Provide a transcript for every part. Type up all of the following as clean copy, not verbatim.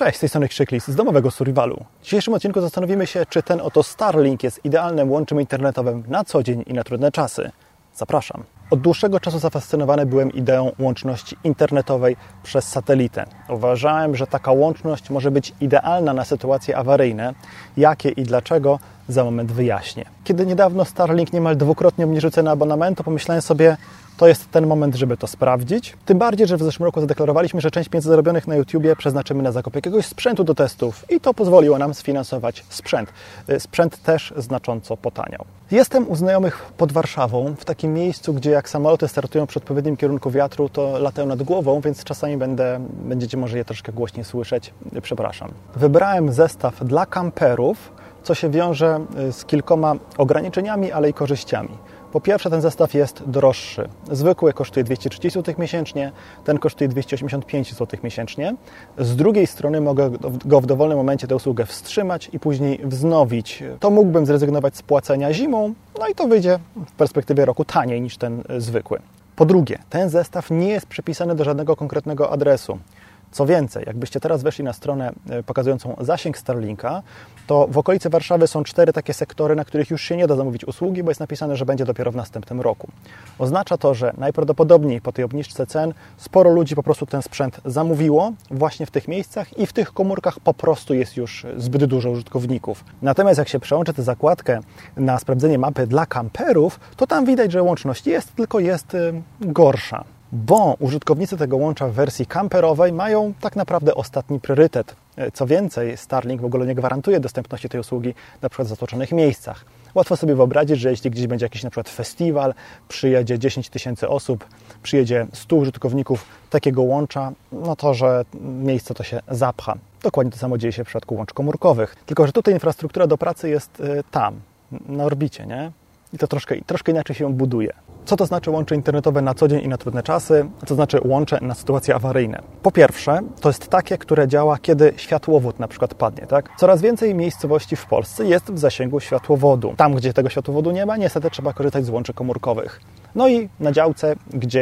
Cześć, z tej strony Krzyklis z domowego survivalu. W dzisiejszym odcinku zastanowimy się, czy ten oto Starlink jest idealnym łączem internetowym na co dzień i na trudne czasy. Zapraszam. Od dłuższego czasu zafascynowany byłem ideą łączności internetowej przez satelitę. Uważałem, że taka łączność może być idealna na sytuacje awaryjne. Jakie i dlaczego? Za moment wyjaśnię. Kiedy niedawno Starlink niemal dwukrotnie obniżył cenę abonamentu, pomyślałem sobie, to jest ten moment, żeby to sprawdzić. Tym bardziej, że w zeszłym roku zadeklarowaliśmy, że część pieniędzy zarobionych na YouTubie przeznaczymy na zakup jakiegoś sprzętu do testów i to pozwoliło nam sfinansować sprzęt. Sprzęt też znacząco potaniał. Jestem u znajomych pod Warszawą, w takim miejscu, gdzie jak samoloty startują przy odpowiednim kierunku wiatru, to latają nad głową, więc czasami będziecie może je troszkę głośniej słyszeć. Przepraszam. Wybrałem zestaw dla kamperów, co się wiąże z kilkoma ograniczeniami, ale i korzyściami. Po pierwsze, ten zestaw jest droższy. Zwykły kosztuje 230 zł miesięcznie, ten kosztuje 285 zł miesięcznie. Z drugiej strony mogę go w dowolnym momencie tę usługę wstrzymać i później wznowić. To mógłbym zrezygnować z płacenia zimą, no i to wyjdzie w perspektywie roku taniej niż ten zwykły. Po drugie, ten zestaw nie jest przypisany do żadnego konkretnego adresu. Co więcej, jakbyście teraz weszli na stronę pokazującą zasięg Starlinka, to w okolicy Warszawy są 4 takie sektory, na których już się nie da zamówić usługi, bo jest napisane, że będzie dopiero w następnym roku. Oznacza to, że najprawdopodobniej po tej obniżce cen sporo ludzi po prostu ten sprzęt zamówiło właśnie w tych miejscach i w tych komórkach po prostu jest już zbyt dużo użytkowników. Natomiast jak się przełączy tę zakładkę na sprawdzenie mapy dla kamperów, to tam widać, że łączność jest, tylko jest gorsza. Bo użytkownicy tego łącza w wersji kamperowej mają tak naprawdę ostatni priorytet. Co więcej, Starlink w ogóle nie gwarantuje dostępności tej usługi na przykład w zatłoczonych miejscach. Łatwo sobie wyobrazić, że jeśli gdzieś będzie jakiś na przykład festiwal, przyjedzie 10 000 osób, przyjedzie 100 użytkowników takiego łącza, no to, że miejsce to się zapcha. Dokładnie to samo dzieje się w przypadku łączy komórkowych. Tylko że tutaj infrastruktura do pracy jest tam, na orbicie, nie? I to troszkę inaczej się buduje. Co to znaczy łącze internetowe na co dzień i na trudne czasy? Co to znaczy łącze na sytuacje awaryjne? Po pierwsze, to jest takie, które działa, kiedy światłowód na przykład padnie, tak? Coraz więcej miejscowości w Polsce jest w zasięgu światłowodu. Tam, gdzie tego światłowodu nie ma, niestety trzeba korzystać z łączy komórkowych. No i na działce,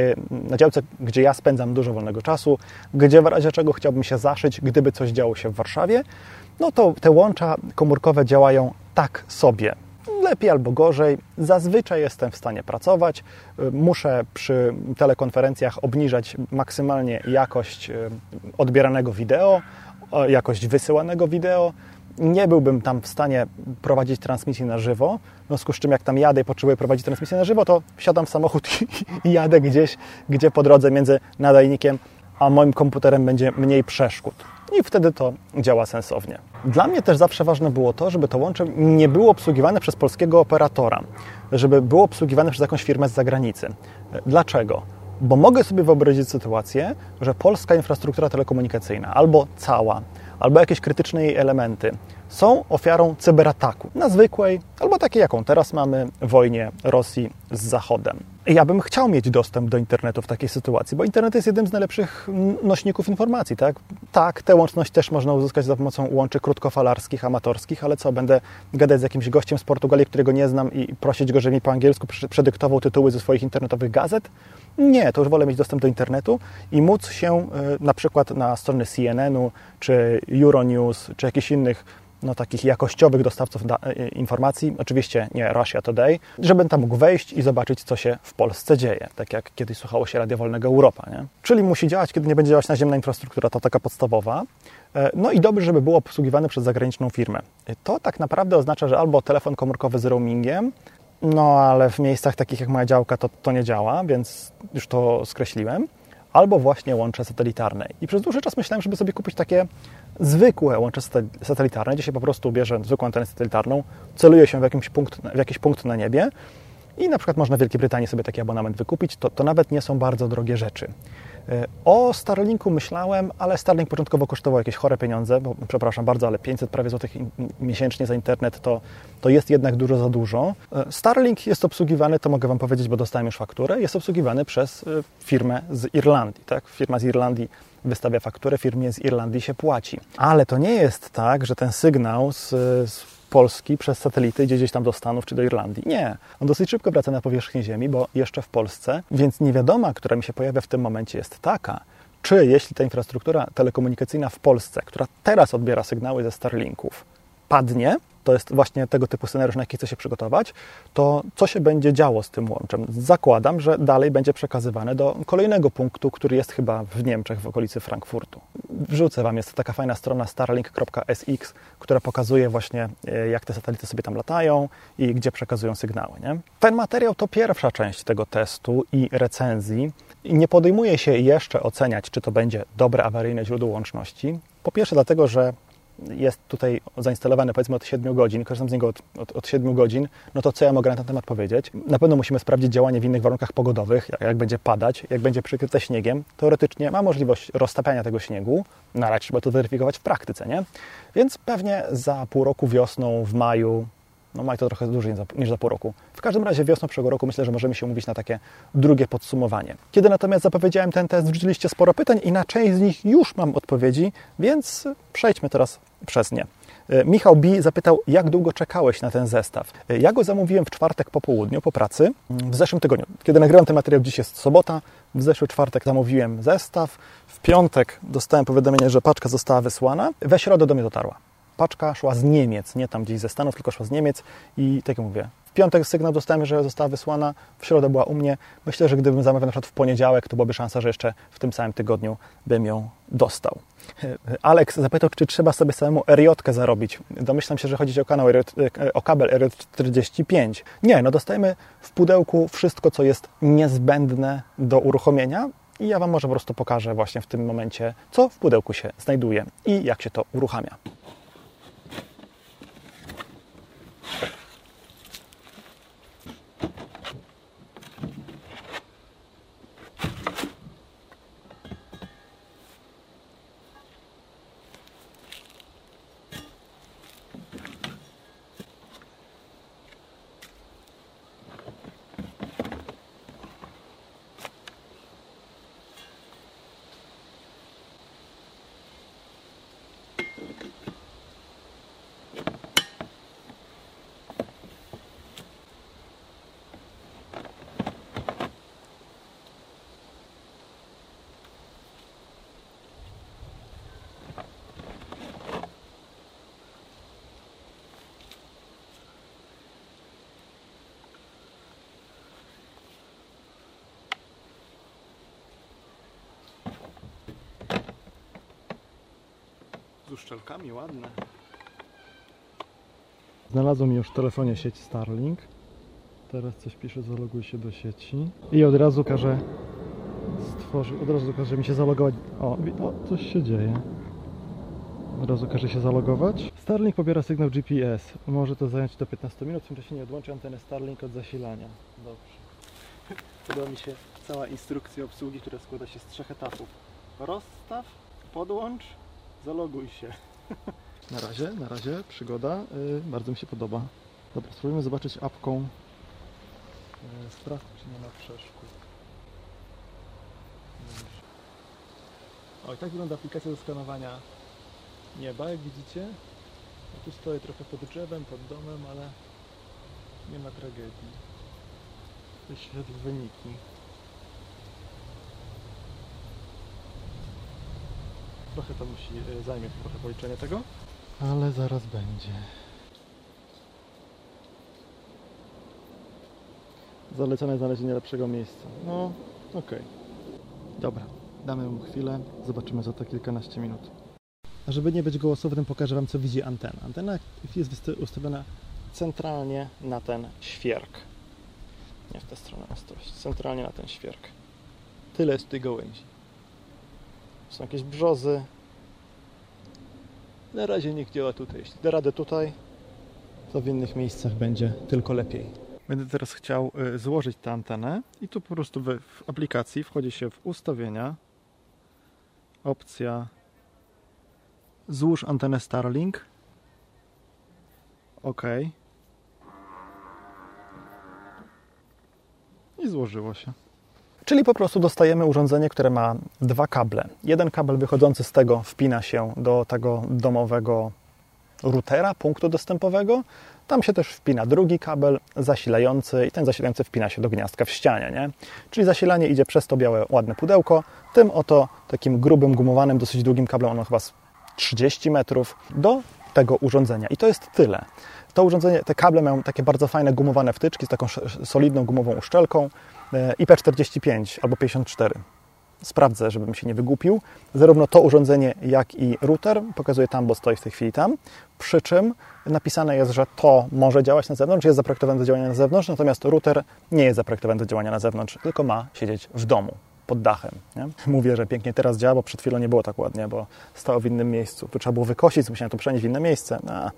gdzie ja spędzam dużo wolnego czasu, gdzie w razie czego chciałbym się zaszyć, gdyby coś działo się w Warszawie, no to te łącza komórkowe działają tak sobie. Lepiej albo gorzej. Zazwyczaj jestem w stanie pracować. Muszę przy telekonferencjach obniżać maksymalnie jakość odbieranego wideo, jakość wysyłanego wideo. Nie byłbym tam w stanie prowadzić transmisji na żywo. W związku z czym jak tam jadę i potrzebuję prowadzić transmisję na żywo, to wsiadam w samochód i jadę gdzieś, gdzie po drodze między nadajnikiem a moim komputerem będzie mniej przeszkód. I wtedy to działa sensownie. Dla mnie też zawsze ważne było to, żeby to łącze nie było obsługiwane przez polskiego operatora, żeby było obsługiwane przez jakąś firmę z zagranicy. Dlaczego? Bo mogę sobie wyobrazić sytuację, że polska infrastruktura telekomunikacyjna, albo cała, albo jakieś krytyczne jej elementy są ofiarą cyberataku na zwykłej, albo takiej, jaką teraz mamy, wojnie Rosji z Zachodem. Ja bym chciał mieć dostęp do internetu w takiej sytuacji, bo internet jest jednym z najlepszych nośników informacji, tak? Tak, tę łączność też można uzyskać za pomocą łączy krótkofalarskich, amatorskich, ale co, będę gadać z jakimś gościem z Portugalii, którego nie znam i prosić go, żeby mi po angielsku przedyktował tytuły ze swoich internetowych gazet? Nie, to już wolę mieć dostęp do internetu i móc się na przykład na strony CNN-u, czy Euronews, czy jakichś innych takich jakościowych dostawców informacji, oczywiście nie Russia Today, żebym tam mógł wejść i zobaczyć, co się w Polsce dzieje, tak jak kiedyś słuchało się Radia Wolnego Europa, nie? Czyli musi działać, kiedy nie będzie działać naziemna infrastruktura, to taka podstawowa. No i dobrze, żeby było obsługiwane przez zagraniczną firmę. To tak naprawdę oznacza, że albo telefon komórkowy z roamingiem, no ale w miejscach takich jak moja działka to nie działa, więc już to skreśliłem, albo właśnie łącze satelitarne. I przez dłuższy czas myślałem, żeby sobie kupić takie zwykłe łącze satelitarne, gdzie się po prostu bierze zwykłą antenę satelitarną, celuje się w jakiś punkt na niebie i na przykład można w Wielkiej Brytanii sobie taki abonament wykupić. To nawet nie są bardzo drogie rzeczy. O Starlinku myślałem, ale Starlink początkowo kosztował jakieś chore pieniądze, bo przepraszam bardzo, ale 500 prawie złotych miesięcznie za internet to jest jednak dużo za dużo. Starlink jest obsługiwany, to mogę Wam powiedzieć, bo dostałem już fakturę, jest obsługiwany przez firmę z Irlandii. Tak? Firma z Irlandii wystawia fakturę, firmie z Irlandii się płaci. Ale to nie jest tak, że ten sygnał z Polski przez satelity idzie gdzieś tam do Stanów czy do Irlandii. Nie. On dosyć szybko wraca na powierzchnię Ziemi, bo jeszcze w Polsce, więc niewiadoma, która mi się pojawia w tym momencie jest taka, czy jeśli ta infrastruktura telekomunikacyjna w Polsce, która teraz odbiera sygnały ze Starlinków, padnie, to jest właśnie tego typu scenariusz, na jaki chcę się przygotować, to co się będzie działo z tym łączem? Zakładam, że dalej będzie przekazywane do kolejnego punktu, który jest chyba w Niemczech, w okolicy Frankfurtu. Wrzucę Wam, jest taka fajna strona starlink.sx, która pokazuje właśnie, jak te satelity sobie tam latają i gdzie przekazują sygnały. Nie? Ten materiał to pierwsza część tego testu i recenzji. I nie podejmuje się jeszcze oceniać, czy to będzie dobre awaryjne źródło łączności. Po pierwsze dlatego, że jest tutaj zainstalowany powiedzmy od 7 godzin, korzystam z niego od 7 godzin, no to co ja mogę na ten temat powiedzieć? Na pewno musimy sprawdzić działanie w innych warunkach pogodowych, jak będzie padać, jak będzie przykryte śniegiem. Teoretycznie ma możliwość roztapiania tego śniegu, no ale trzeba to weryfikować w praktyce, nie? Więc pewnie za pół roku wiosną, w maju, no maj to trochę dłużej niż za pół roku. W każdym razie wiosną przyszłego roku myślę, że możemy się umówić na takie drugie podsumowanie. Kiedy natomiast zapowiedziałem ten test, wrzuciliście sporo pytań i na część z nich już mam odpowiedzi, więc przejdźmy teraz przez nie. Michał B. zapytał, jak długo czekałeś na ten zestaw? Ja go zamówiłem w czwartek po południu, po pracy, w zeszłym tygodniu. Kiedy nagrywam ten materiał, dziś jest sobota, w zeszły czwartek zamówiłem zestaw, w piątek dostałem powiadomienie, że paczka została wysłana, we środę do mnie dotarła. Paczka szła z Niemiec, nie tam gdzieś ze Stanów, tylko szła z Niemiec i tak jak mówię, w piątek sygnał dostałem, że została wysłana, w środę była u mnie. Myślę, że gdybym zamawiał na przykład w poniedziałek, to byłaby szansa, że jeszcze w tym samym tygodniu bym ją dostał. Alex zapytał, czy trzeba sobie samemu RJ-kę zarobić. Domyślam się, że chodzi o kabel RJ45. Nie, no dostajemy w pudełku wszystko, co jest niezbędne do uruchomienia i ja Wam może po prostu pokażę właśnie w tym momencie, co w pudełku się znajduje i jak się to uruchamia. Z uszczelkami ładne. Znalazłem już w telefonie sieć Starlink. Teraz coś pisze, zaloguj się do sieci. I od razu każe mi się zalogować. O, coś się dzieje. Od razu każe się zalogować. Starlink pobiera sygnał GPS. Może to zająć do 15 minut. W tym czasie nie odłączę anteny Starlink od zasilania. Dobrze. Podoba mi się cała instrukcja obsługi, która składa się z 3 etapów. Rozstaw, podłącz, zaloguj się. Na razie przygoda. Bardzo mi się podoba. Dobra, spróbujmy zobaczyć apką. Sprawdź, czy nie ma przeszkód. O, i tak wygląda aplikacja do skanowania nieba, jak widzicie. Ja tu stoję trochę pod drzewem, pod domem, ale nie ma tragedii. Wyświetl wyniki. Trochę to zajmie trochę policzenie tego, ale zaraz będzie. Zalecane znalezienie lepszego miejsca. No, okej. Dobra, damy mu chwilę, zobaczymy za to kilkanaście minut. A żeby nie być gołosłownym, pokażę Wam, co widzi antena. Antena jest ustawiona centralnie na ten świerk. Nie w tę stronę ostrość. Centralnie na ten świerk. Tyle jest tutaj gałęzi. Są jakieś brzozy. Na razie niech działa tutaj. Jeśli da radę tutaj, to w innych miejscach będzie tylko lepiej. Będę teraz chciał złożyć tę antenę i tu po prostu w aplikacji wchodzi się w ustawienia, opcja złóż antenę Starlink. OK. I złożyło się. Czyli po prostu dostajemy urządzenie, które ma 2 kable. Jeden kabel wychodzący z tego wpina się do tego domowego routera, punktu dostępowego. tam się też wpina drugi kabel zasilający i ten zasilający wpina się do gniazdka w ścianie, nie? Czyli zasilanie idzie przez to białe, ładne pudełko, tym oto takim grubym, gumowanym, dosyć długim kablem, ono chyba z 30 metrów, do tego urządzenia. I to jest tyle. To urządzenie, te kable mają takie bardzo fajne gumowane wtyczki z taką solidną gumową uszczelką, IP45 albo 54. Sprawdzę, żebym się nie wygłupił. Zarówno to urządzenie, jak i router, pokazuję tam, bo stoi w tej chwili tam, przy czym napisane jest, że to może działać na zewnątrz, jest zaprojektowany do działania na zewnątrz, natomiast router nie jest zaprojektowany do działania na zewnątrz, tylko ma siedzieć w domu, pod dachem. Nie? Mówię, że pięknie teraz działa, bo przed chwilą nie było tak ładnie, bo stało w innym miejscu. Tu trzeba było wykosić, musiałem to przenieść w inne miejsce.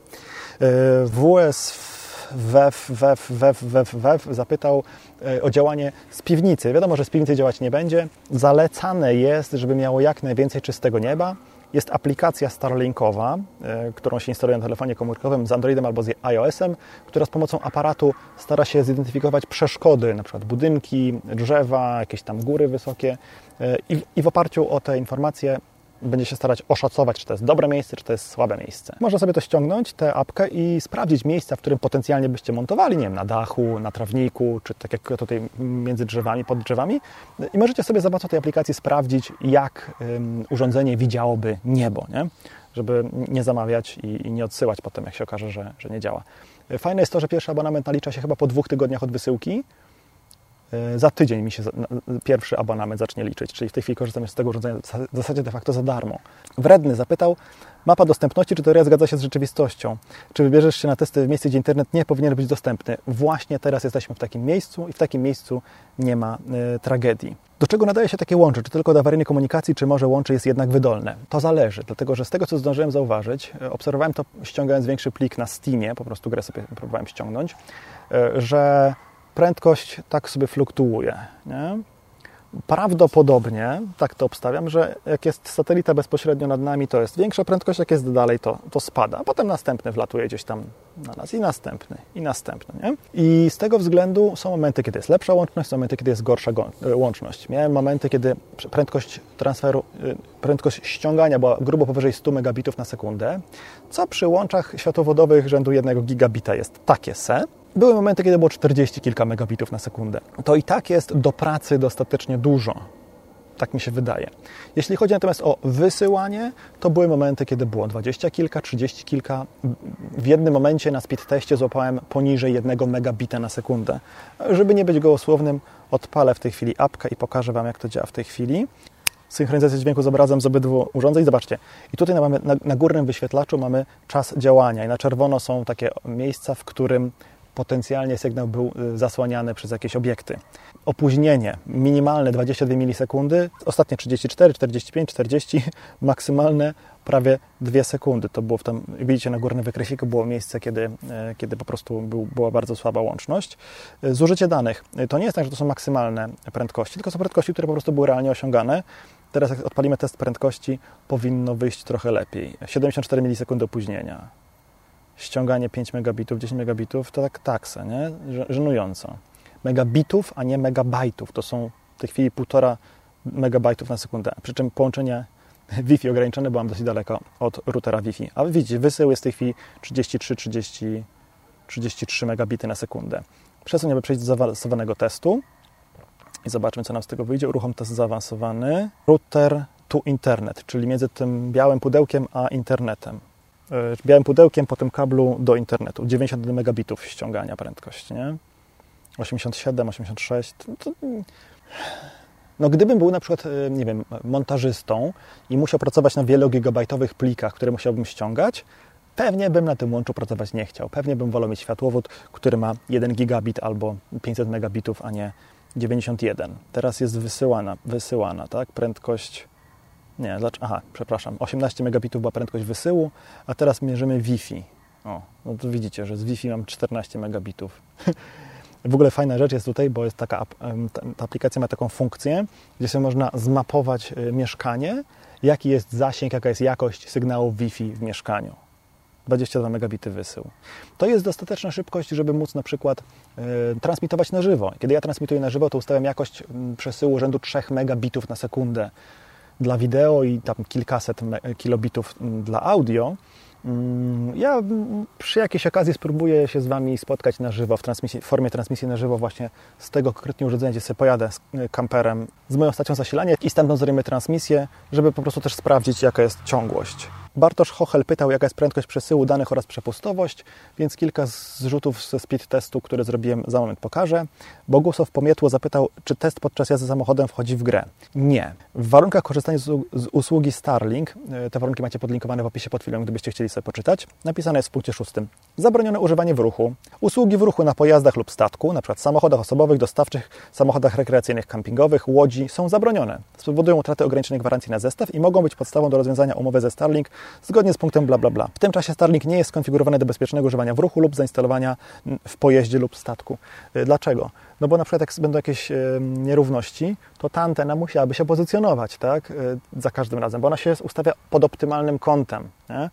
WF zapytał o działanie z piwnicy. Wiadomo, że z piwnicy działać nie będzie. Zalecane jest, żeby miało jak najwięcej czystego nieba. Jest aplikacja Starlinkowa, którą się instaluje na telefonie komórkowym z Androidem albo z iOS-em, która z pomocą aparatu stara się zidentyfikować przeszkody, na przykład budynki, drzewa, jakieś tam góry wysokie i w oparciu o te informacje będzie się starać oszacować, czy to jest dobre miejsce, czy to jest słabe miejsce. Można sobie to ściągnąć, tę apkę i sprawdzić miejsca, w którym potencjalnie byście montowali, nie wiem, na dachu, na trawniku, czy tak jak tutaj między drzewami, pod drzewami. I możecie sobie za pomocą tej aplikacji sprawdzić, jak urządzenie widziałoby niebo, nie? Żeby nie zamawiać i nie odsyłać potem, jak się okaże, że nie działa. Fajne jest to, że pierwszy abonament nalicza się chyba po 2 tygodniach od wysyłki. Za tydzień mi się pierwszy abonament zacznie liczyć, czyli w tej chwili korzystam z tego urządzenia w zasadzie de facto za darmo. Wredny zapytał, mapa dostępności, czy teoria zgadza się z rzeczywistością? Czy wybierzesz się na testy w miejscu, gdzie internet nie powinien być dostępny? Właśnie teraz jesteśmy w takim miejscu i w takim miejscu nie ma tragedii. Do czego nadaje się takie łącze? Czy tylko do awaryjnej komunikacji, czy może łącze jest jednak wydolne? To zależy, dlatego że z tego, co zdążyłem zauważyć, obserwowałem to ściągając większy plik na Steamie, po prostu grę sobie próbowałem ściągnąć, że prędkość tak sobie fluktuuje, nie? Prawdopodobnie, tak to obstawiam, że jak jest satelita bezpośrednio nad nami, to jest większa prędkość, jak jest dalej, to spada. A potem następny wlatuje gdzieś tam na nas i następny, nie? I z tego względu są momenty, kiedy jest lepsza łączność, są momenty, kiedy jest gorsza łączność. Miałem momenty, kiedy prędkość transferu, prędkość ściągania była grubo powyżej 100 megabitów na sekundę, co przy łączach światłowodowych rzędu 1 gigabita jest takie se. Były momenty, kiedy było 40 kilka megabitów na sekundę. To i tak jest do pracy dostatecznie dużo. Tak mi się wydaje. Jeśli chodzi natomiast o wysyłanie, to były momenty, kiedy było 20 kilka, 30 kilka. W jednym momencie na speed teście złapałem poniżej 1 megabita na sekundę. Żeby nie być gołosłownym, odpalę w tej chwili apkę i pokażę Wam, jak to działa w tej chwili. Synchronizacja dźwięku z obrazem z obydwu urządzeń. Zobaczcie. I tutaj na górnym wyświetlaczu mamy czas działania i na czerwono są takie miejsca, w którym potencjalnie sygnał był zasłaniany przez jakieś obiekty. Opóźnienie minimalne 22 milisekundy, ostatnie 34, 45, 40, maksymalne prawie 2 sekundy. To było tam, widzicie na górnym wykreśliku, było miejsce, kiedy po prostu była bardzo słaba łączność. Zużycie danych. To nie jest tak, że to są maksymalne prędkości, tylko są prędkości, które po prostu były realnie osiągane. Teraz jak odpalimy test prędkości, powinno wyjść trochę lepiej. 74 milisekundy opóźnienia. Ściąganie 5 megabitów, 10 megabitów, to tak taksa, nie? Żenująco. Megabitów, a nie megabajtów. To są w tej chwili 1,5 megabajtów na sekundę. Przy czym połączenie Wi-Fi ograniczone, byłam dosyć daleko od routera Wi-Fi. A widzicie, wysył jest w tej chwili 33 megabity na sekundę. Przesuń, aby przejść do zaawansowanego testu. I zobaczmy, co nam z tego wyjdzie. Uruchom test zaawansowany. Router to internet, czyli między tym białym pudełkiem a internetem. Białym pudełkiem po tym kablu do internetu. 90 megabitów ściągania prędkość, nie? 87, 86. No gdybym był na przykład, nie wiem, montażystą i musiał pracować na wielogigabajtowych plikach, które musiałbym ściągać, pewnie bym na tym łączu pracować nie chciał. Pewnie bym wolał mieć światłowód, który ma 1 gigabit albo 500 megabitów, a nie 91. Teraz jest wysyłana, tak? Prędkość... Nie, przepraszam. 18 megabitów była prędkość wysyłu, a teraz mierzymy Wi-Fi. O, no to widzicie, że z Wi-Fi mam 14 megabitów. W ogóle fajna rzecz jest tutaj, bo jest ta aplikacja ma taką funkcję, gdzie sobie można zmapować mieszkanie, jaki jest zasięg, jaka jest jakość sygnału Wi-Fi w mieszkaniu. 22 megabity wysył. To jest dostateczna szybkość, żeby móc na przykład transmitować na żywo. Kiedy ja transmituję na żywo, to ustawiam jakość przesyłu rzędu 3 megabitów na sekundę dla wideo i tam kilkaset kilobitów dla audio. Ja przy jakiejś okazji spróbuję się z Wami spotkać na żywo, w formie transmisji na żywo właśnie z tego konkretnie urządzenia, gdzie sobie pojadę z kamperem, z moją stacją zasilania i stamtąd zrobimy transmisję, żeby po prostu też sprawdzić, jaka jest ciągłość. Bartosz Hochel pytał, jaka jest prędkość przesyłu danych oraz przepustowość, więc kilka zrzutów ze speed testu, które zrobiłem, za moment pokażę. Bogusław Pomietło zapytał, czy test podczas jazdy samochodem wchodzi w grę. Nie. W warunkach korzystania z usługi Starlink, te warunki macie podlinkowane w opisie pod filmem, gdybyście chcieli sobie poczytać, napisane jest w punkcie 6. Zabronione używanie w ruchu. Usługi w ruchu na pojazdach lub statku, np. samochodach osobowych, dostawczych, samochodach rekreacyjnych, kampingowych, łodzi, są zabronione. Spowodują utratę ograniczonej gwarancji na zestaw i mogą być podstawą do rozwiązania umowy ze Starlink zgodnie z punktem bla bla bla. W tym czasie Starlink nie jest skonfigurowany do bezpiecznego używania w ruchu lub zainstalowania w pojeździe lub statku. Dlaczego? No bo na przykład jak będą jakieś nierówności, to ta antena musiałaby się pozycjonować, tak? Za każdym razem, bo ona się ustawia pod optymalnym kątem, nie?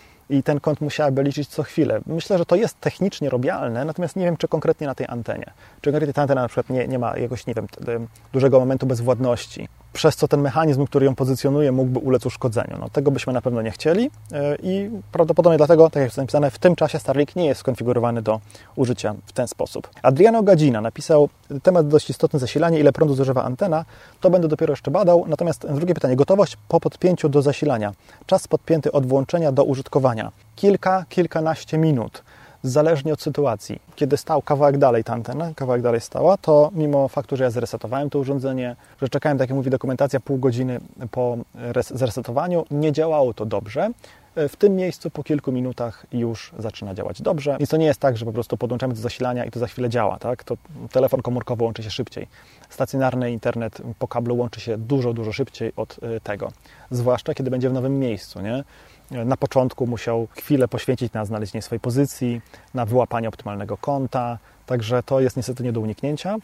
I ten kąt musiałaby liczyć co chwilę. Myślę, że to jest technicznie robialne, natomiast nie wiem, czy konkretnie na tej antenie. Czy konkretnie ta antena na przykład nie ma jakoś, nie wiem, dużego momentu bezwładności, przez co ten mechanizm, który ją pozycjonuje, mógłby ulec uszkodzeniu. No, tego byśmy na pewno nie chcieli i prawdopodobnie dlatego, tak jak jest napisane, w tym czasie Starlink nie jest skonfigurowany do użycia w ten sposób. Adriano Gadzina napisał, temat dość istotny, zasilanie, ile prądu zużywa antena, to będę dopiero jeszcze badał. Natomiast drugie pytanie, gotowość po podpięciu do zasilania, czas podpięty od włączenia do użytkowania, kilkanaście minut. Zależnie od sytuacji. Kiedy stał kawałek dalej ta antena, kawałek dalej stała, to mimo faktu, że ja zresetowałem to urządzenie, że czekałem, tak jak mówi dokumentacja, pół godziny po zresetowaniu, nie działało to dobrze. W tym miejscu po kilku minutach już zaczyna działać dobrze. Więc to nie jest tak, że po prostu podłączamy do zasilania i to za chwilę działa. Tak? To telefon komórkowy łączy się szybciej. Stacjonarny internet po kablu łączy się dużo szybciej od tego. Zwłaszcza kiedy będzie w nowym miejscu, nie? Na początku musiał chwilę poświęcić na znalezienie swojej pozycji, na wyłapanie optymalnego kąta, także to jest niestety nie do uniknięcia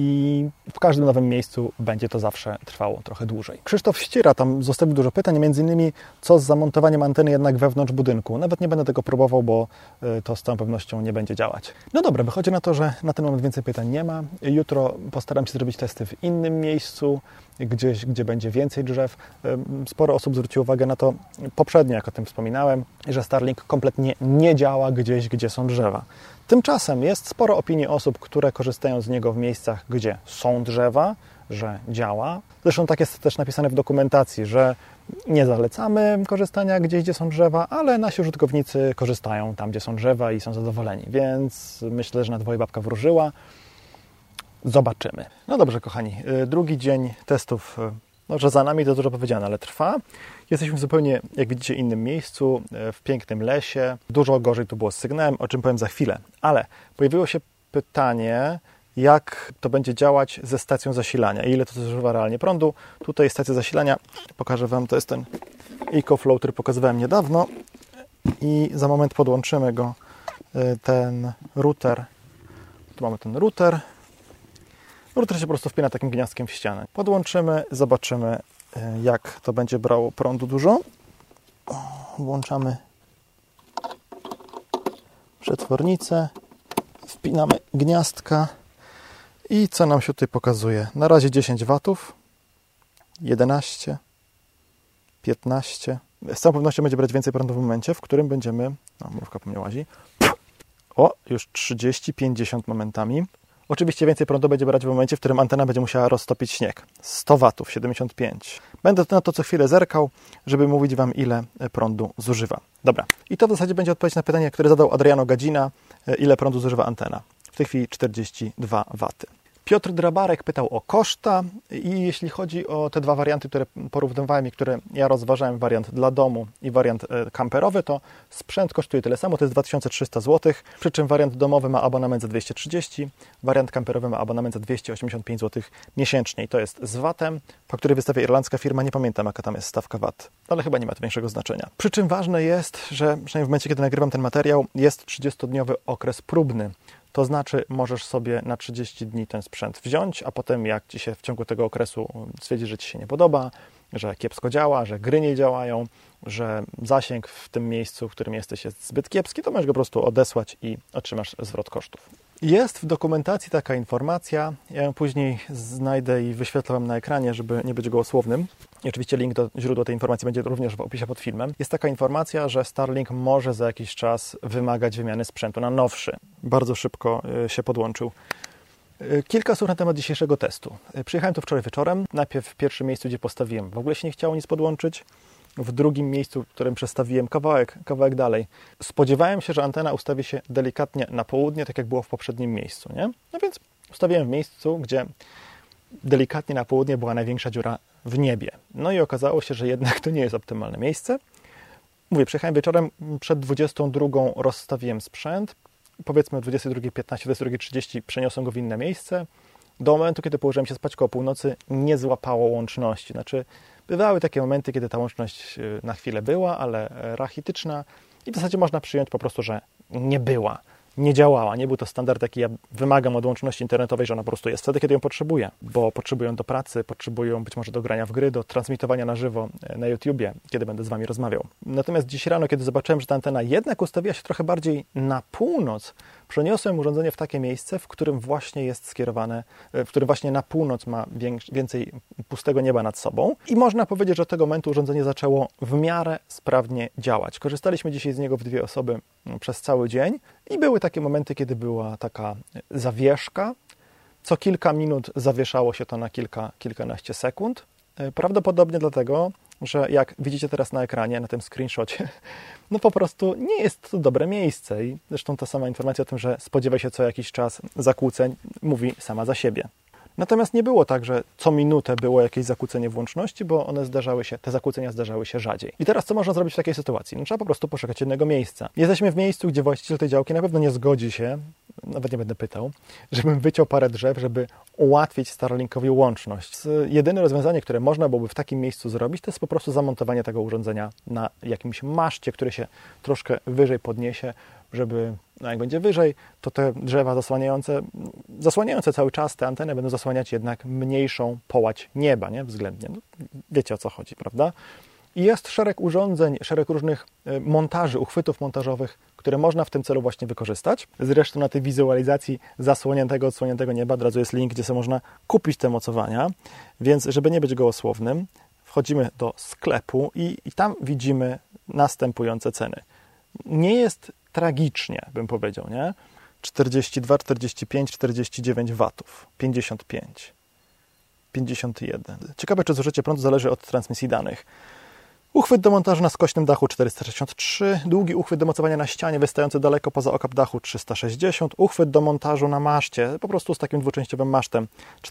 i w każdym nowym miejscu będzie to zawsze trwało trochę dłużej. Krzysztof Ściera tam zostawił dużo pytań, między innymi co z zamontowaniem anteny jednak wewnątrz budynku. Nawet nie będę tego próbował, bo to z całą pewnością nie będzie działać. No dobra, wychodzi na to, że na ten moment więcej pytań nie ma. Jutro postaram się zrobić testy w innym miejscu, gdzieś, gdzie będzie więcej drzew. Sporo osób zwróciło uwagę na to poprzednio, jak o tym wspominałem, że Starlink kompletnie nie działa gdzieś, gdzie są drzewa. Tymczasem jest sporo opinii osób, które korzystają z niego w miejscach, gdzie są drzewa, że działa. Zresztą tak jest też napisane w dokumentacji, że nie zalecamy korzystania gdzieś, gdzie są drzewa, ale nasi użytkownicy korzystają tam, gdzie są drzewa i są zadowoleni. Więc myślę, że na dwoje babka wróżyła. Zobaczymy. No dobrze, kochani. Drugi dzień testów, no, że za nami to dużo powiedziane, ale trwa. Jesteśmy w zupełnie, jak widzicie, innym miejscu, w pięknym lesie. Dużo gorzej tu było z sygnałem, o czym powiem za chwilę. Ale pojawiło się pytanie, jak to będzie działać ze stacją zasilania i ile to zużywa realnie prądu. Tutaj stacja zasilania, pokażę Wam, to jest ten EcoFlow, który pokazywałem niedawno i za moment podłączymy go, ten router. Tu mamy ten router. Router się po prostu wpina takim gniazdkiem w ścianę. Podłączymy, zobaczymy, jak to będzie brało prądu dużo. Włączamy przetwornicę, wpinamy gniazdka i co nam się tutaj pokazuje? Na razie 10 W, 11, 15. Z całą pewnością będzie brać więcej prądu w momencie, w którym będziemy... No, mrówka po mnie łazi. O, już 30, 50 momentami. Oczywiście więcej prądu będzie brać w momencie, w którym antena będzie musiała roztopić śnieg. 100 W, 75. Będę na to co chwilę zerkał, żeby mówić Wam, ile prądu zużywa. Dobra. I to w zasadzie będzie odpowiedź na pytanie, które zadał Adriano Gadzina, ile prądu zużywa antena. W tej chwili 42 W. Piotr Drabarek pytał o koszta i jeśli chodzi o te dwa warianty, które porównywałem i które ja rozważałem, wariant dla domu i wariant kamperowy, to sprzęt kosztuje tyle samo, to jest 2300 zł, przy czym wariant domowy ma abonament za 230, wariant kamperowy ma abonament za 285 zł miesięcznie i to jest z VAT-em, faktury wystawia irlandzka firma, nie pamiętam jaka tam jest stawka VAT, ale chyba nie ma to większego znaczenia. Przy czym ważne jest, że przynajmniej w momencie, kiedy nagrywam ten materiał, jest 30-dniowy okres próbny. To znaczy możesz sobie na 30 dni ten sprzęt wziąć, a potem jak Ci się w ciągu tego okresu stwierdzi, że Ci się nie podoba, że kiepsko działa, że gry nie działają, że zasięg w tym miejscu, w którym jesteś, jest zbyt kiepski, to możesz go po prostu odesłać i otrzymasz zwrot kosztów. Jest w dokumentacji taka informacja, ja ją później znajdę i wyświetlę Wam na ekranie, żeby nie być gołosłownym. i oczywiście link do źródła tej informacji będzie również w opisie pod filmem, jest taka informacja, że Starlink może za jakiś czas wymagać wymiany sprzętu na nowszy. Bardzo szybko się podłączył. Kilka słów na temat dzisiejszego testu. Przyjechałem tu wczoraj wieczorem. Najpierw w pierwszym miejscu, gdzie postawiłem, w ogóle się nie chciało nic podłączyć. W drugim miejscu, w którym przestawiłem kawałek dalej, spodziewałem się, że antena ustawi się delikatnie na południe, tak jak było w poprzednim miejscu, nie? No więc ustawiłem w miejscu, gdzie delikatnie na południe była największa dziura w niebie. No i okazało się, że jednak to nie jest optymalne miejsce. Mówię, przyjechałem wieczorem, przed 22 rozstawiłem sprzęt, powiedzmy o 22:15, 22:30 przeniosłem go w inne miejsce. Do momentu, kiedy położyłem się spać koło północy, nie złapało łączności. Znaczy, bywały takie momenty, kiedy ta łączność na chwilę była, ale rachityczna i w zasadzie można przyjąć po prostu, że nie była, nie działała. Nie był to standard, jaki ja wymagam od łączności internetowej, że ona po prostu jest wtedy, kiedy ją potrzebuję, bo potrzebuję do pracy, potrzebuję być może do grania w gry, do transmitowania na żywo na YouTubie, kiedy będę z Wami rozmawiał. Natomiast dziś rano, kiedy zobaczyłem, że ta antena jednak ustawiła się trochę bardziej na północ, przeniosłem urządzenie w takie miejsce, w którym właśnie jest skierowane, w którym właśnie na północ ma więcej pustego nieba nad sobą i można powiedzieć, że od tego momentu urządzenie zaczęło w miarę sprawnie działać. Korzystaliśmy dzisiaj z niego w 2 osoby przez cały dzień i były takie momenty, kiedy była taka zawieszka. Co kilka minut zawieszało się to na kilkanaście sekund. Prawdopodobnie dlatego, że jak widzicie teraz na ekranie, na tym screenshocie, no po prostu nie jest to dobre miejsce i zresztą ta sama informacja o tym, że spodziewa się co jakiś czas zakłóceń, mówi sama za siebie. Natomiast nie było tak, że co minutę było jakieś zakłócenie włączności, bo te zakłócenia zdarzały się rzadziej. I teraz co można zrobić w takiej sytuacji? No, trzeba po prostu poszukać jednego miejsca. Jesteśmy w miejscu, gdzie właściciel tej działki na pewno nie zgodzi się, nawet nie będę pytał, żebym wyciął parę drzew, żeby ułatwić Starlinkowi łączność. Jedyne rozwiązanie, które można byłoby w takim miejscu zrobić, to jest po prostu zamontowanie tego urządzenia na jakimś maszcie, który się troszkę wyżej podniesie, żeby, no jak będzie wyżej, to te drzewa zasłaniające cały czas te anteny będą zasłaniać jednak mniejszą połać nieba, nie? Względnie. No, wiecie, o co chodzi, prawda? I jest szereg urządzeń, szereg różnych montaży, uchwytów montażowych, które można w tym celu właśnie wykorzystać. Zresztą na tej wizualizacji zasłoniętego, odsłoniętego nieba od razu jest link, gdzie sobie można kupić te mocowania, więc żeby nie być gołosłownym, wchodzimy do sklepu i tam widzimy następujące ceny. Nie jest tragicznie, bym powiedział, nie? 42, 45, 49 watów, 55, 51. Ciekawe, czy zużycie prądu zależy od transmisji danych. Uchwyt do montażu na skośnym dachu 463, długi uchwyt do mocowania na ścianie wystający daleko poza okap dachu 360, uchwyt do montażu na maszcie, po prostu z takim dwuczęściowym masztem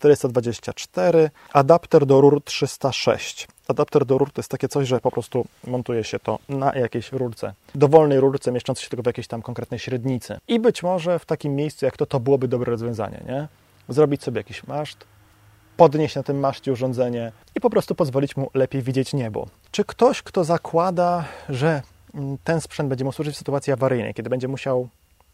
424, adapter do rur 306. Adapter do rur to jest takie coś, że po prostu montuje się to na jakiejś rurce, dowolnej rurce mieszczącej się tylko w jakiejś tam konkretnej średnicy. I być może w takim miejscu jak to byłoby dobre rozwiązanie, nie? Zrobić sobie jakiś maszt, podnieść na tym maszcie urządzenie i po prostu pozwolić mu lepiej widzieć niebo. Czy ktoś, kto zakłada, że ten sprzęt będzie mu służyć w sytuacji awaryjnej, kiedy będzie musiał,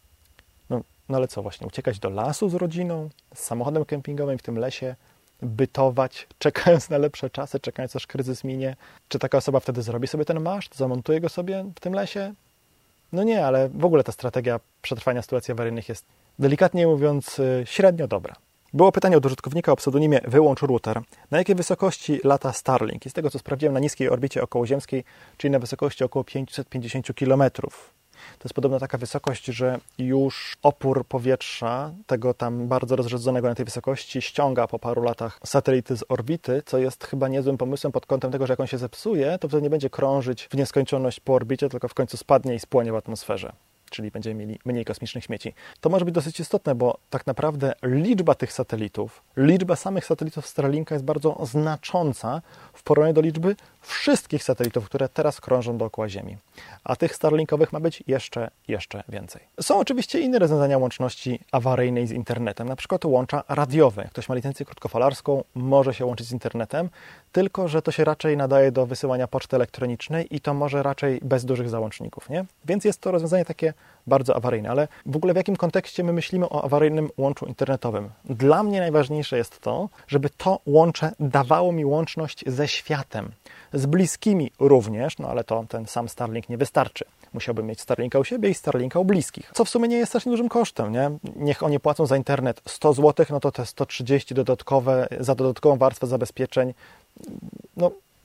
no ale co właśnie, uciekać do lasu z rodziną, z samochodem kempingowym w tym lesie, bytować, czekając na lepsze czasy, czekając aż kryzys minie, czy taka osoba wtedy zrobi sobie ten maszt, zamontuje go sobie w tym lesie? No nie, ale w ogóle ta strategia przetrwania sytuacji awaryjnych jest, delikatnie mówiąc, średnio dobra. Było pytanie od użytkownika o pseudonimie Wyłącz router. Na jakiej wysokości lata Starlink? I z tego, co sprawdziłem, na niskiej orbicie okołoziemskiej, czyli na wysokości około 550 km. To jest podobno taka wysokość, że już opór powietrza, tego tam bardzo rozrzedzonego na tej wysokości, ściąga po paru latach satelity z orbity, co jest chyba niezłym pomysłem pod kątem tego, że jak on się zepsuje, to wtedy nie będzie krążyć w nieskończoność po orbicie, tylko w końcu spadnie i spłonie w atmosferze. Czyli będziemy mieli mniej kosmicznych śmieci. To może być dosyć istotne, bo tak naprawdę liczba tych satelitów, liczba samych satelitów Starlinka jest bardzo znacząca w porównaniu do liczby wszystkich satelitów, które teraz krążą dookoła Ziemi. A tych Starlinkowych ma być jeszcze więcej. Są oczywiście inne rozwiązania łączności awaryjnej z internetem, na przykład łącza radiowe. Jak ktoś ma licencję krótkofalarską, może się łączyć z internetem, tylko że to się raczej nadaje do wysyłania poczty elektronicznej i to może raczej bez dużych załączników, nie? Więc jest to rozwiązanie takie bardzo awaryjne, ale w ogóle w jakim kontekście my myślimy o awaryjnym łączu internetowym? Dla mnie najważniejsze jest to, żeby to łącze dawało mi łączność ze światem, z bliskimi również, no ale to ten sam Starlink nie wystarczy. Musiałbym mieć Starlinka u siebie i Starlinka u bliskich, co w sumie nie jest strasznie dużym kosztem, nie? Niech oni płacą za internet 100 zł, no to te 130 dodatkowe, za dodatkową warstwę zabezpieczeń, no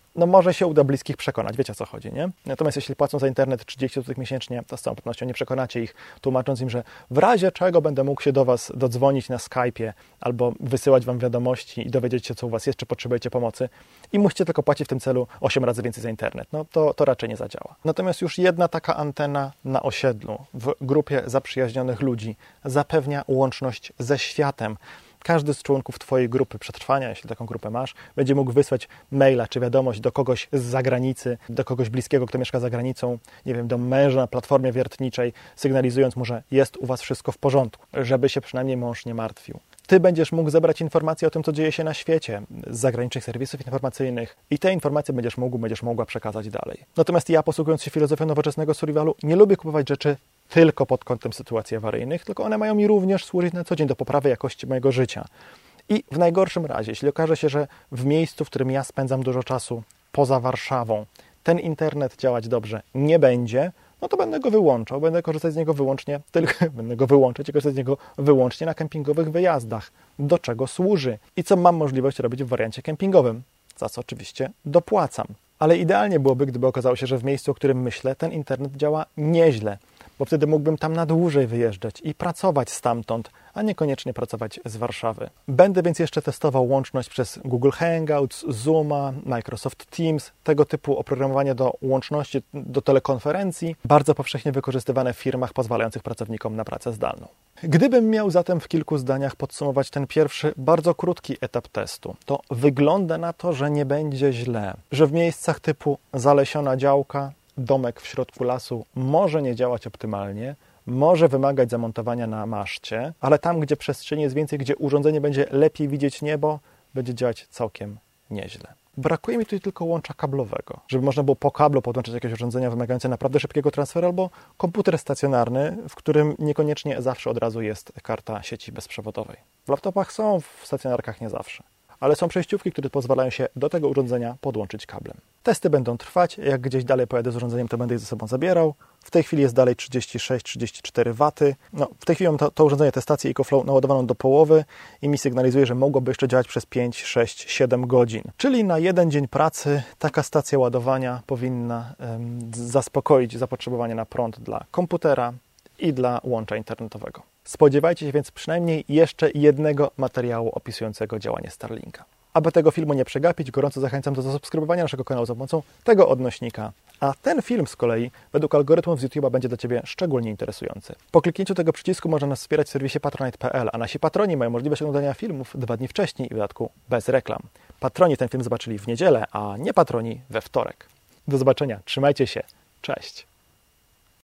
no może się uda bliskich przekonać, wiecie o co chodzi, nie? Natomiast jeśli płacą za internet 30 zł miesięcznie, to z całą pewnością nie przekonacie ich, tłumacząc im, że w razie czego będę mógł się do Was dodzwonić na Skype'ie albo wysyłać Wam wiadomości i dowiedzieć się, co u Was jest, czy potrzebujecie pomocy i musicie tylko płacić w tym celu 8 razy więcej za internet. No to raczej nie zadziała. Natomiast już jedna taka antena na osiedlu w grupie zaprzyjaźnionych ludzi zapewnia łączność ze światem. Każdy z członków Twojej grupy przetrwania, jeśli taką grupę masz, będzie mógł wysłać maila czy wiadomość do kogoś z zagranicy, do kogoś bliskiego, kto mieszka za granicą, nie wiem, do męża na platformie wiertniczej, sygnalizując mu, że jest u Was wszystko w porządku, żeby się przynajmniej mąż nie martwił. Ty będziesz mógł zebrać informacje o tym, co dzieje się na świecie, z zagranicznych serwisów informacyjnych i te informacje będziesz mogła przekazać dalej. Natomiast ja, posługując się filozofią nowoczesnego survivalu, nie lubię kupować rzeczy tylko pod kątem sytuacji awaryjnych, tylko one mają mi również służyć na co dzień do poprawy jakości mojego życia. I w najgorszym razie, jeśli okaże się, że w miejscu, w którym ja spędzam dużo czasu, poza Warszawą, ten internet działać dobrze nie będzie, no to będę go wyłączał, będę korzystać z niego wyłącznie, będę go wyłączać i korzystać z niego wyłącznie na kempingowych wyjazdach. Do czego służy i co mam możliwość robić w wariancie kempingowym, za co oczywiście dopłacam. Ale idealnie byłoby, gdyby okazało się, że w miejscu, o którym myślę, ten internet działa nieźle, bo wtedy mógłbym tam na dłużej wyjeżdżać i pracować stamtąd, a niekoniecznie pracować z Warszawy. Będę więc jeszcze testował łączność przez Google Hangouts, Zooma, Microsoft Teams, tego typu oprogramowanie do łączności, do telekonferencji, bardzo powszechnie wykorzystywane w firmach pozwalających pracownikom na pracę zdalną. Gdybym miał zatem w kilku zdaniach podsumować ten pierwszy, bardzo krótki etap testu, to wygląda na to, że nie będzie źle, że w miejscach typu zalesiona działka, domek w środku lasu może nie działać optymalnie, może wymagać zamontowania na maszcie, ale tam, gdzie przestrzeni jest więcej, gdzie urządzenie będzie lepiej widzieć niebo, będzie działać całkiem nieźle. Brakuje mi tutaj tylko łącza kablowego, żeby można było po kablu podłączyć jakieś urządzenia wymagające naprawdę szybkiego transferu albo komputer stacjonarny, w którym niekoniecznie zawsze od razu jest karta sieci bezprzewodowej. W laptopach są, w stacjonarkach nie zawsze. Ale są przejściówki, które pozwalają się do tego urządzenia podłączyć kablem. Testy będą trwać, jak gdzieś dalej pojadę z urządzeniem, to będę je ze sobą zabierał. W tej chwili jest dalej 36-34 W. No, w tej chwili mam to urządzenie, tę stację EcoFlow naładowaną do połowy i mi sygnalizuje, że mogłoby jeszcze działać przez 5, 6, 7 godzin. Czyli na jeden dzień pracy taka stacja ładowania powinna zaspokoić zapotrzebowanie na prąd dla komputera i dla łącza internetowego. Spodziewajcie się więc przynajmniej jeszcze jednego materiału opisującego działanie Starlinka. Aby tego filmu nie przegapić, gorąco zachęcam do zasubskrybowania naszego kanału za pomocą tego odnośnika. A ten film z kolei, według algorytmów z YouTube'a, będzie dla Ciebie szczególnie interesujący. Po kliknięciu tego przycisku można nas wspierać w serwisie patronite.pl, a nasi patroni mają możliwość oglądania filmów 2 dni wcześniej i w dodatku bez reklam. Patroni ten film zobaczyli w niedzielę, a nie patroni we wtorek. Do zobaczenia, trzymajcie się, cześć!